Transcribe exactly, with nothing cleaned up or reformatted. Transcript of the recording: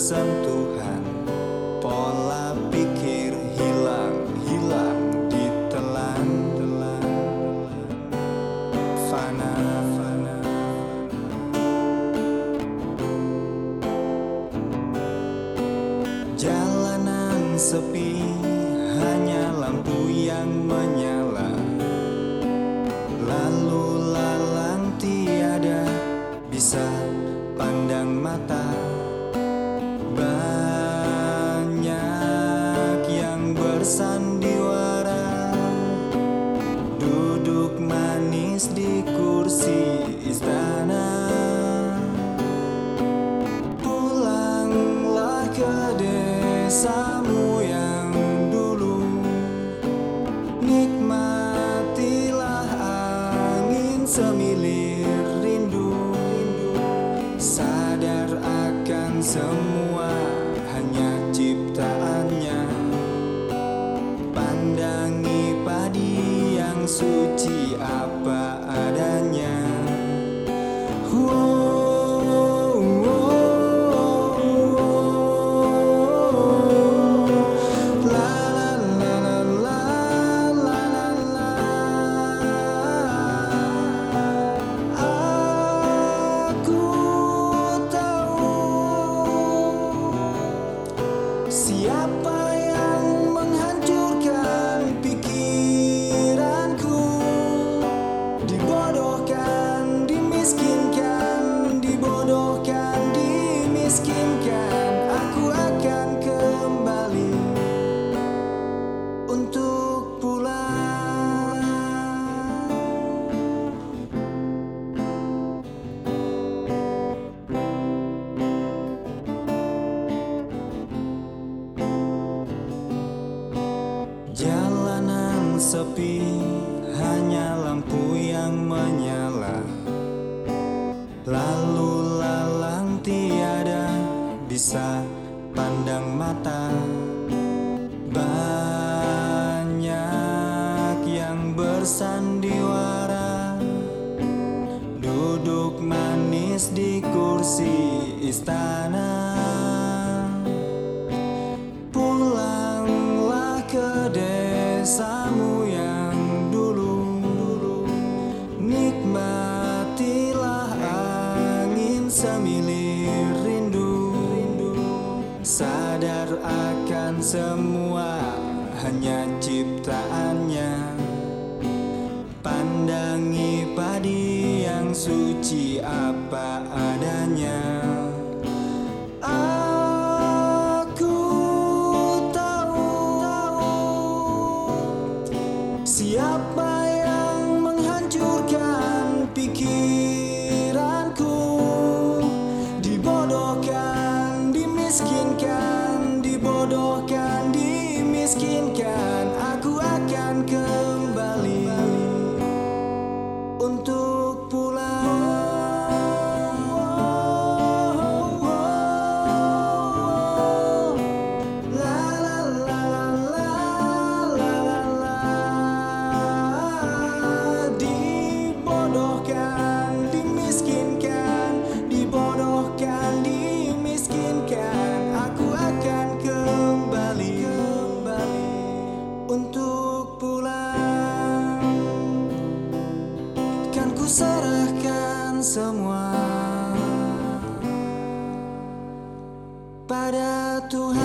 bersentuhan, pola pikir hilang-hilang ditelan fana. Jalanan sepi, hanya lampu yang menyala, lalu lalang tiada bisa pandang mata. Banyak yang bersandiwara, duduk manis di kursi istana. Pulanglah ke desamu yang dulu, nikmatilah angin semilir rindu. Sadar akan semua hanya ciptaannya, pandangi padi yang suci apa adanya. Wow. Siapa yang menghancurkan pikiranku, dibodohkan, dimiskinkan, dibodohkan, dimiskinkan. Aku akan kembali untuk pulang. Jalanan sepi, hanya lampu yang menyala, lalu lalang tiada bisa pandang mata. Banyak yang bersandiwara, duduk manis di kursi istana. Ke desamu yang dulu, nikmatilah angin semilir rindu. Sadar akan semua hanya ciptaannya, pandangi padi yang suci apa adanya. Siapa yang menghancurkan pikiranku, dibodohkan, dimiskinkan, dibodohkan, dimiskinkan. Aku akan kembali untuk pulang. Dimiskinkan, dibodohkan, dimiskinkan. Aku akan kembali, kembali untuk pulang. Kan ku serahkan semua pada Tuhan.